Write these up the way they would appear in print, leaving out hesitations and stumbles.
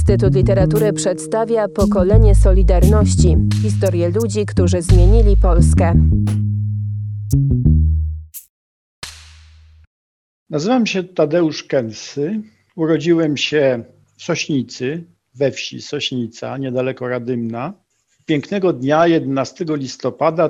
Instytut Literatury przedstawia Pokolenie Solidarności. Historię ludzi, którzy zmienili Polskę. Nazywam się Tadeusz Kęsy. Urodziłem się w Sośnicy, we wsi Sośnica, niedaleko Radymna, pięknego dnia 11 listopada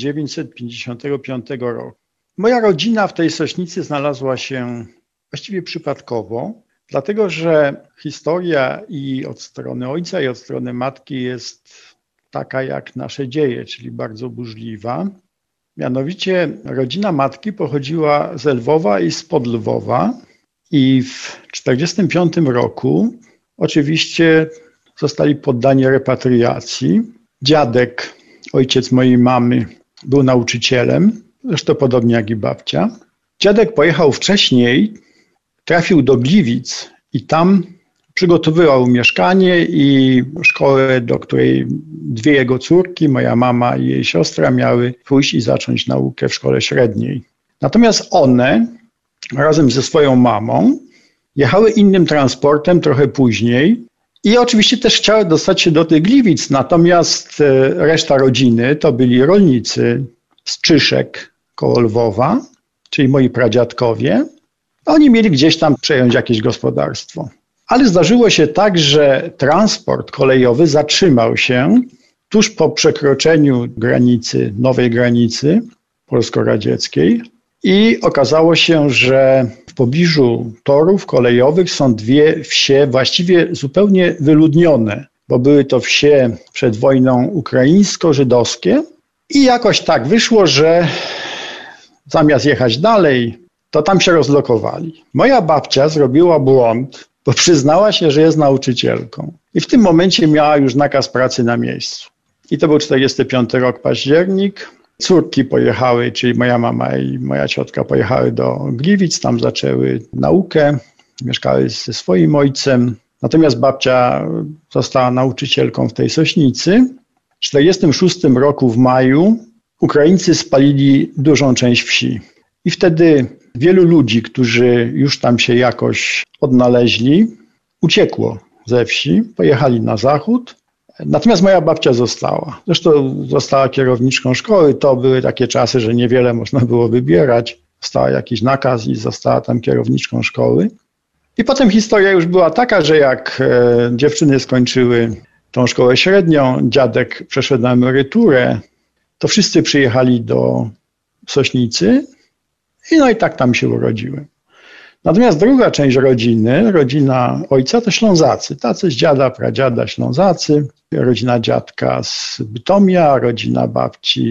1955 roku. Moja rodzina w tej Sośnicy znalazła się właściwie przypadkowo, dlatego że historia i od strony ojca, i od strony matki jest taka jak nasze dzieje, czyli bardzo burzliwa. Mianowicie rodzina matki pochodziła z Lwowa i spod Lwowa i w 1945 roku oczywiście zostali poddani repatriacji. Dziadek, ojciec mojej mamy, był nauczycielem, zresztą podobnie jak i babcia. Dziadek pojechał wcześniej, trafił do Gliwic i tam przygotowywał mieszkanie i szkołę, do której dwie jego córki, moja mama i jej siostra, miały pójść i zacząć naukę w szkole średniej. Natomiast one razem ze swoją mamą jechały innym transportem trochę później i oczywiście też chciały dostać się do tych Gliwic, natomiast reszta rodziny to byli rolnicy z Czyszek koło Lwowa, czyli moi pradziadkowie. Oni mieli gdzieś tam przejąć jakieś gospodarstwo. Ale zdarzyło się tak, że transport kolejowy zatrzymał się tuż po przekroczeniu granicy, nowej granicy polsko-radzieckiej i okazało się, że w pobliżu torów kolejowych są dwie wsie właściwie zupełnie wyludnione, bo były to wsie przed wojną ukraińsko-żydowskie i jakoś tak wyszło, że zamiast jechać dalej, to tam się rozlokowali. Moja babcia zrobiła błąd, bo przyznała się, że jest nauczycielką. I w tym momencie miała już nakaz pracy na miejscu. I to był 1945 rok, październik. Córki pojechały, czyli moja mama i moja ciotka pojechały do Gliwic, tam zaczęły naukę, mieszkały ze swoim ojcem. Natomiast babcia została nauczycielką w tej Sośnicy. W 1946 roku w maju Ukraińcy spalili dużą część wsi. I wtedy wielu ludzi, którzy już tam się jakoś odnaleźli, uciekło ze wsi, pojechali na zachód. Natomiast moja babcia została. Zresztą została kierowniczką szkoły. To były takie czasy, że niewiele można było wybierać. Dostała jakiś nakaz i została tam kierowniczką szkoły. I potem historia już była taka, że jak dziewczyny skończyły tą szkołę średnią, dziadek przeszedł na emeryturę, to wszyscy przyjechali do Sośnicy. No i tak tam się urodziłem. Natomiast druga część rodziny, rodzina ojca, to Ślązacy. Tacy z dziada, pradziada Ślązacy. Rodzina dziadka z Bytomia, rodzina babci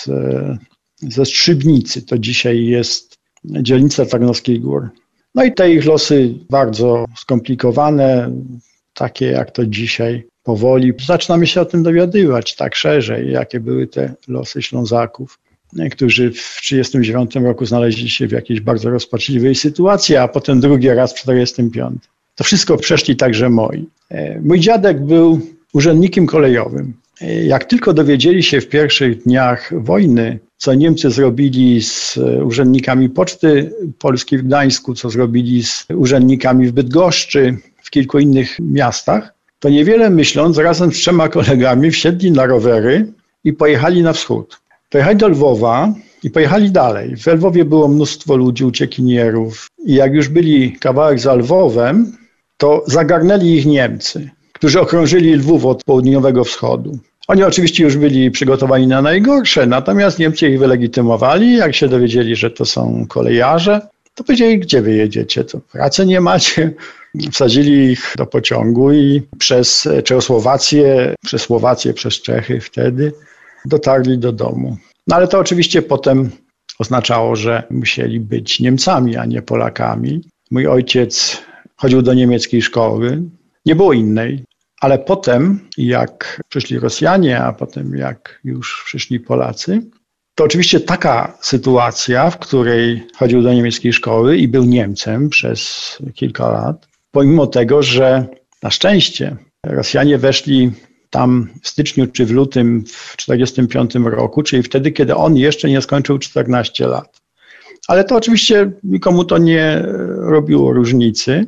ze Strzybnicy. To dzisiaj jest dzielnica Tarnowskich Gór. No i te ich losy bardzo skomplikowane, takie jak to dzisiaj powoli. Zaczynamy się o tym dowiadywać tak szerzej, jakie były te losy Ślązaków, którzy w 1939 roku znaleźli się w jakiejś bardzo rozpaczliwej sytuacji, a potem drugi raz w 1945. To wszystko przeszli także moi. Mój dziadek był urzędnikiem kolejowym. Jak tylko dowiedzieli się w pierwszych dniach wojny, co Niemcy zrobili z urzędnikami Poczty Polskiej w Gdańsku, co zrobili z urzędnikami w Bydgoszczy, w kilku innych miastach, to niewiele myśląc, razem z 3 kolegami wsiedli na rowery i pojechali na wschód. Pojechali do Lwowa i pojechali dalej. W Lwowie było mnóstwo ludzi, uciekinierów i jak już byli kawałek za Lwowem, to zagarnęli ich Niemcy, którzy okrążyli Lwów od południowego wschodu. Oni oczywiście już byli przygotowani na najgorsze, natomiast Niemcy ich wylegitymowali. Jak się dowiedzieli, że to są kolejarze, to powiedzieli, gdzie wy jedziecie, to pracy nie macie. Wsadzili ich do pociągu i przez Czechosłowację, przez Czechy wtedy dotarli do domu. No ale to oczywiście potem oznaczało, że musieli być Niemcami, a nie Polakami. Mój ojciec chodził do niemieckiej szkoły, nie było innej, ale potem jak przyszli Rosjanie, a potem jak już przyszli Polacy, to oczywiście taka sytuacja, w której chodził do niemieckiej szkoły i był Niemcem przez kilka lat, pomimo tego, że na szczęście Rosjanie weszli tam w styczniu czy w lutym w 1945 roku, czyli wtedy, kiedy on jeszcze nie skończył 14 lat. Ale to oczywiście nikomu to nie robiło różnicy.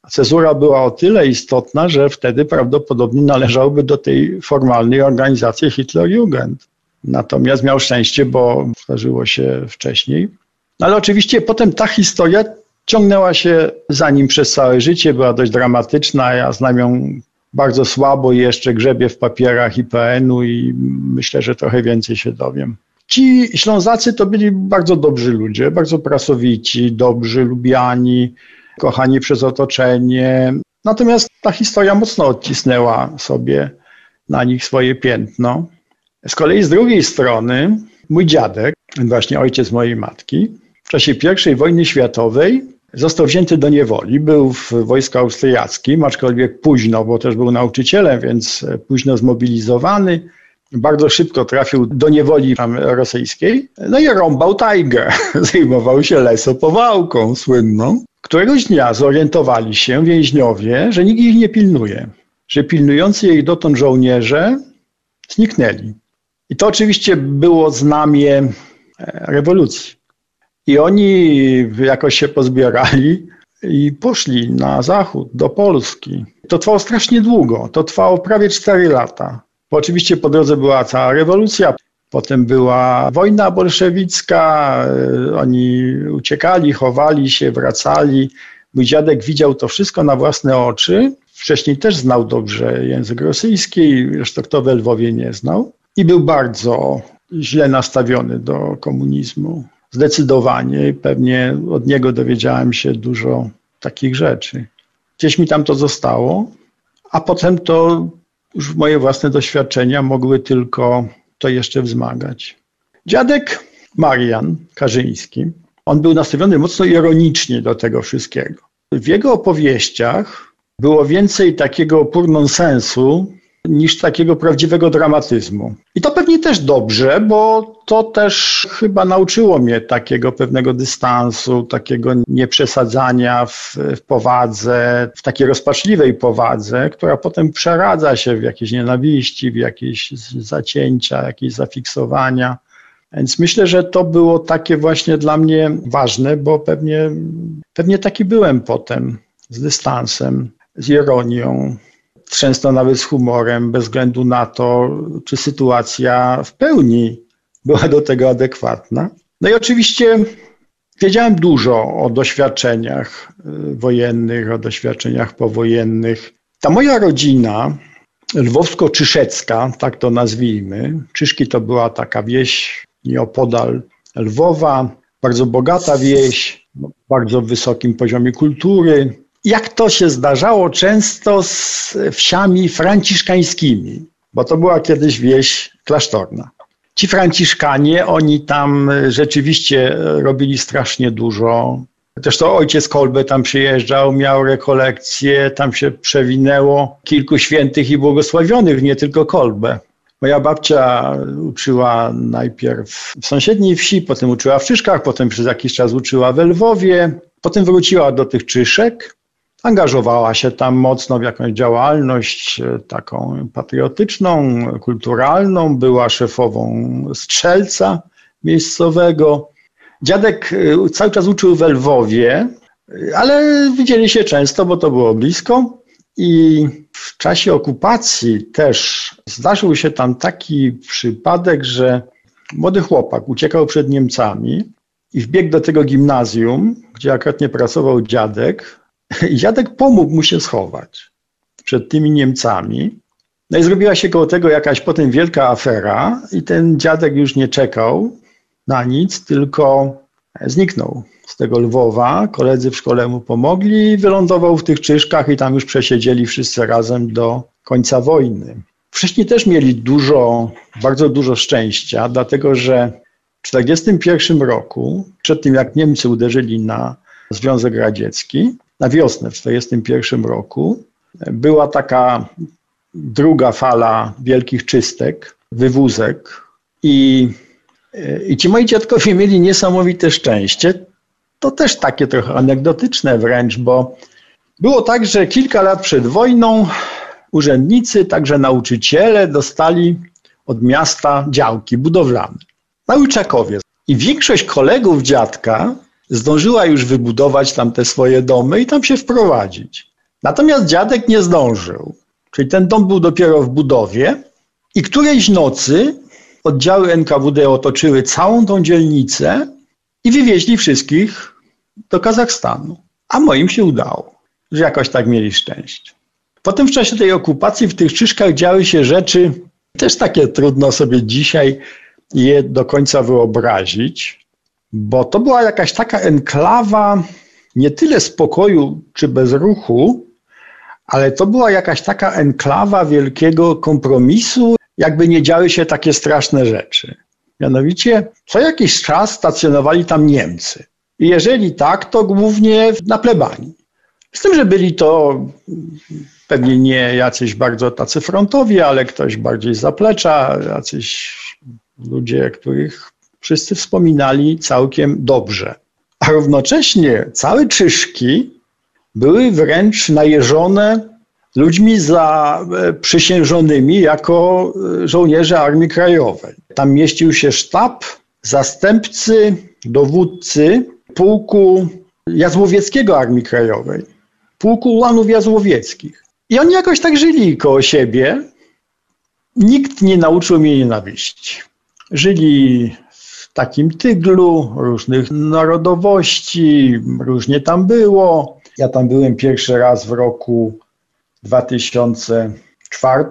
Cezura była o tyle istotna, że wtedy prawdopodobnie należałoby do tej formalnej organizacji Hitlerjugend. Natomiast miał szczęście, bo zdarzyło się wcześniej. Ale oczywiście potem ta historia ciągnęła się za nim przez całe życie, była dość dramatyczna. Ja znam ją bardzo słabo i jeszcze grzebię w papierach IPN-u i myślę, że trochę więcej się dowiem. Ci Ślązacy to byli bardzo dobrzy ludzie, bardzo pracowici, dobrzy, lubiani, kochani przez otoczenie. Natomiast ta historia mocno odcisnęła sobie na nich swoje piętno. Z kolei z drugiej strony mój dziadek, właśnie ojciec mojej matki, w czasie I wojny światowej został wzięty do niewoli. Był w wojsku austriackim, aczkolwiek późno, bo też był nauczycielem, więc późno zmobilizowany. Bardzo szybko trafił do niewoli rosyjskiej. No i rąbał tajgę. Zajmował się lesopowałką słynną. Któregoś dnia zorientowali się więźniowie, że nikt ich nie pilnuje. Że pilnujący jej dotąd żołnierze zniknęli. I to oczywiście było znamie rewolucji. I oni jakoś się pozbierali i poszli na zachód, do Polski. To trwało strasznie długo, to trwało prawie 4 lata. Bo oczywiście po drodze była cała rewolucja, potem była wojna bolszewicka, oni uciekali, chowali się, wracali. Mój dziadek widział to wszystko na własne oczy. Wcześniej też znał dobrze język rosyjski, zresztą kto we Lwowie nie znał. I był bardzo źle nastawiony do komunizmu. Zdecydowanie, pewnie od niego dowiedziałem się dużo takich rzeczy. Gdzieś mi tam to zostało, a potem to już moje własne doświadczenia mogły tylko to jeszcze wzmagać. Dziadek Marian Karzyński, on był nastawiony mocno ironicznie do tego wszystkiego. W jego opowieściach było więcej takiego pur nonsensu niż takiego prawdziwego dramatyzmu. I to pewnie też dobrze, bo to też chyba nauczyło mnie takiego pewnego dystansu, takiego nieprzesadzania w powadze, w takiej rozpaczliwej powadze, która potem przeradza się w jakieś nienawiści, w jakieś zacięcia, jakieś zafiksowania. Więc myślę, że to było takie właśnie dla mnie ważne, bo pewnie taki byłem potem, z dystansem, z ironią, często nawet z humorem, bez względu na to, czy sytuacja w pełni była do tego adekwatna. No i oczywiście wiedziałem dużo o doświadczeniach wojennych, o doświadczeniach powojennych. Ta moja rodzina lwowsko-czyszecka, tak to nazwijmy, Czyszki to była taka wieś nieopodal Lwowa, bardzo bogata wieś, bardzo wysokim poziomie kultury. Jak to się zdarzało często z wsiami franciszkańskimi, bo to była kiedyś wieś klasztorna. Ci franciszkanie, oni tam rzeczywiście robili strasznie dużo. Też to ojciec Kolbe tam przyjeżdżał, miał rekolekcje, tam się przewinęło kilku świętych i błogosławionych, nie tylko Kolbe. Moja babcia uczyła najpierw w sąsiedniej wsi, potem uczyła w Czyszkach, potem przez jakiś czas uczyła we Lwowie, potem wróciła do tych Czyszek. Angażowała się tam mocno w jakąś działalność taką patriotyczną, kulturalną, była szefową strzelca miejscowego. Dziadek cały czas uczył we Lwowie, ale widzieli się często, bo to było blisko. I w czasie okupacji też zdarzył się tam taki przypadek, że młody chłopak uciekał przed Niemcami i wbiegł do tego gimnazjum, gdzie akurat nie pracował dziadek. I dziadek pomógł mu się schować przed tymi Niemcami. No i zrobiła się koło tego jakaś potem wielka afera i ten dziadek już nie czekał na nic, tylko zniknął z tego Lwowa. Koledzy w szkole mu pomogli, wylądował w tych Czyszkach i tam już przesiedzieli wszyscy razem do końca wojny. Wcześniej też mieli bardzo dużo szczęścia, dlatego że w 1941 roku, przed tym jak Niemcy uderzyli na Związek Radziecki, na wiosnę w 1941 roku była taka druga fala wielkich czystek, wywózek i ci moi dziadkowie mieli niesamowite szczęście. To też takie trochę anegdotyczne wręcz, bo było tak, że kilka lat przed wojną urzędnicy, także nauczyciele dostali od miasta działki budowlane na Łyczakowie. I większość kolegów dziadka zdążyła już wybudować tam te swoje domy i tam się wprowadzić. Natomiast dziadek nie zdążył. Czyli ten dom był dopiero w budowie i którejś nocy oddziały NKWD otoczyły całą tą dzielnicę i wywieźli wszystkich do Kazachstanu. A moim się udało, że jakoś tak mieli szczęście. Potem w czasie tej okupacji w tych Czyżkach działy się rzeczy, też takie trudno sobie dzisiaj je do końca wyobrazić, bo to była jakaś taka enklawa nie tyle spokoju czy bezruchu, ale to była jakaś taka enklawa wielkiego kompromisu, jakby nie działy się takie straszne rzeczy. Mianowicie co jakiś czas stacjonowali tam Niemcy. I jeżeli tak, to głównie na plebanii. Z tym, że byli to pewnie nie jacyś bardzo tacy frontowi, ale ktoś bardziej z zaplecza, jacyś ludzie, których wszyscy wspominali całkiem dobrze. A równocześnie całe Czyżki były wręcz najeżone ludźmi zaprzysiężonymi jako żołnierze Armii Krajowej. Tam mieścił się sztab zastępcy dowódcy pułku Jazłowieckiego Armii Krajowej, pułku ułanów jazłowieckich. I oni jakoś tak żyli koło siebie. Nikt nie nauczył mnie nienawiści. Żyli w takim tyglu różnych narodowości, różnie tam było. Ja tam byłem pierwszy raz w roku 2004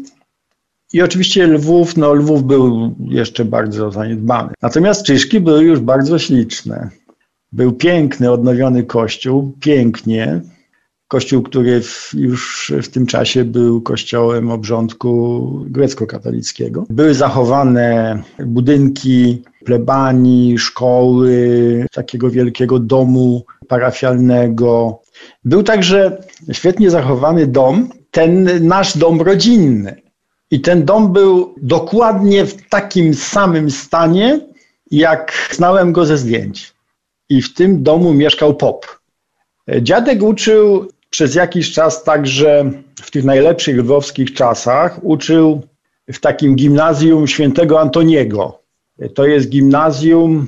i oczywiście Lwów był jeszcze bardzo zaniedbany. Natomiast Czyżki były już bardzo śliczne. Był piękny, odnowiony kościół, pięknie. Kościół, który już w tym czasie był kościołem obrządku grecko-katolickiego. Były zachowane budynki plebanii, szkoły, takiego wielkiego domu parafialnego. Był także świetnie zachowany dom, ten nasz dom rodzinny. I ten dom był dokładnie w takim samym stanie, jak znałem go ze zdjęć. I w tym domu mieszkał pop. Dziadek uczył przez jakiś czas także w tych najlepszych lwowskich czasach, uczył w takim gimnazjum świętego Antoniego. To jest gimnazjum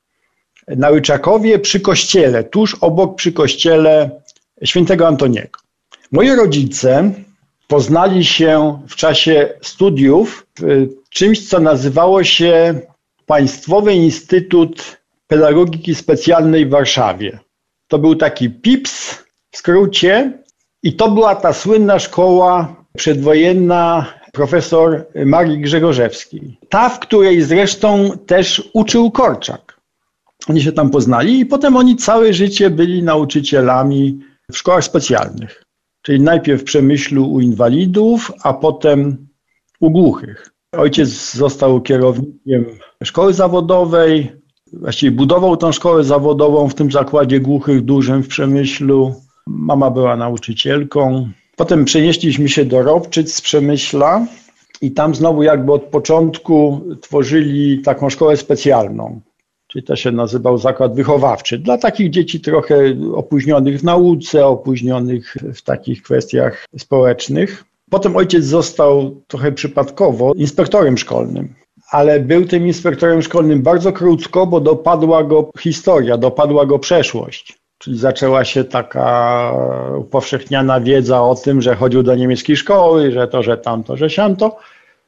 na Łyczakowie przy kościele, tuż obok przy kościele świętego Antoniego. Moi rodzice poznali się w czasie studiów w czymś, co nazywało się Państwowy Instytut Pedagogiki Specjalnej w Warszawie. To był taki PIPS w skrócie i to była ta słynna szkoła przedwojenna profesor Marii Grzegorzewskiej. Ta, w której zresztą też uczył Korczak. Oni się tam poznali i potem oni całe życie byli nauczycielami w szkołach specjalnych. Czyli najpierw w Przemyślu u inwalidów, a potem u głuchych. Ojciec został kierownikiem szkoły zawodowej, właściwie budował tą szkołę zawodową w tym zakładzie głuchych dużym w Przemyślu. Mama była nauczycielką. Potem przenieśliśmy się do Robczyc z Przemyśla i tam znowu jakby od początku tworzyli taką szkołę specjalną. Czyli to się nazywał zakład wychowawczy. Dla takich dzieci trochę opóźnionych w nauce, opóźnionych w takich kwestiach społecznych. Potem ojciec został trochę przypadkowo inspektorem szkolnym. Ale był tym inspektorem szkolnym bardzo krótko, bo dopadła go historia, dopadła go przeszłość. Czyli zaczęła się taka upowszechniana wiedza o tym, że chodził do niemieckiej szkoły, że to, że tamto, że siamto.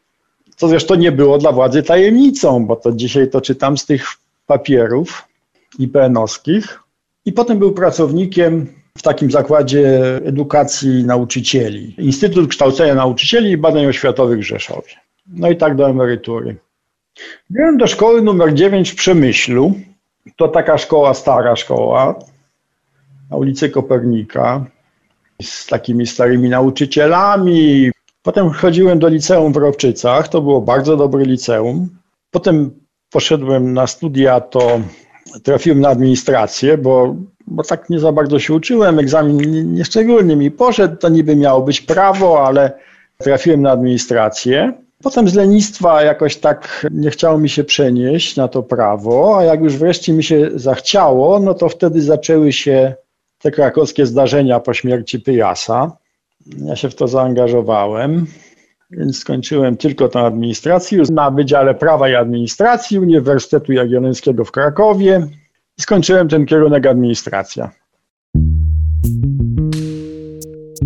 Co zresztą nie było dla władzy tajemnicą, bo to dzisiaj to czytam z tych papierów IPN-owskich. I potem był pracownikiem w takim zakładzie edukacji nauczycieli. Instytut Kształcenia Nauczycieli i Badań Oświatowych w Rzeszowie. No i tak do emerytury. Byłem do szkoły numer 9 w Przemyślu. To taka szkoła, stara szkoła na ulicy Kopernika z takimi starymi nauczycielami. Potem chodziłem do liceum w Robczycach. To było bardzo dobre liceum. Potem poszedłem na studia, to trafiłem na administrację, bo tak nie za bardzo się uczyłem. Egzamin nieszczególny mi poszedł. To niby miało być prawo, ale trafiłem na administrację. Potem z lenistwa jakoś tak nie chciało mi się przenieść na to prawo, a jak już wreszcie mi się zachciało, no to wtedy zaczęły się te krakowskie zdarzenia po śmierci Pyjasa. Ja się w to zaangażowałem, więc skończyłem tylko tę administrację na Wydziale Prawa i Administracji Uniwersytetu Jagiellońskiego w Krakowie i skończyłem ten kierunek administracja.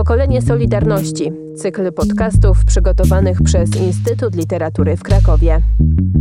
Pokolenie Solidarności. Cykl podcastów przygotowanych przez Instytut Literatury w Krakowie.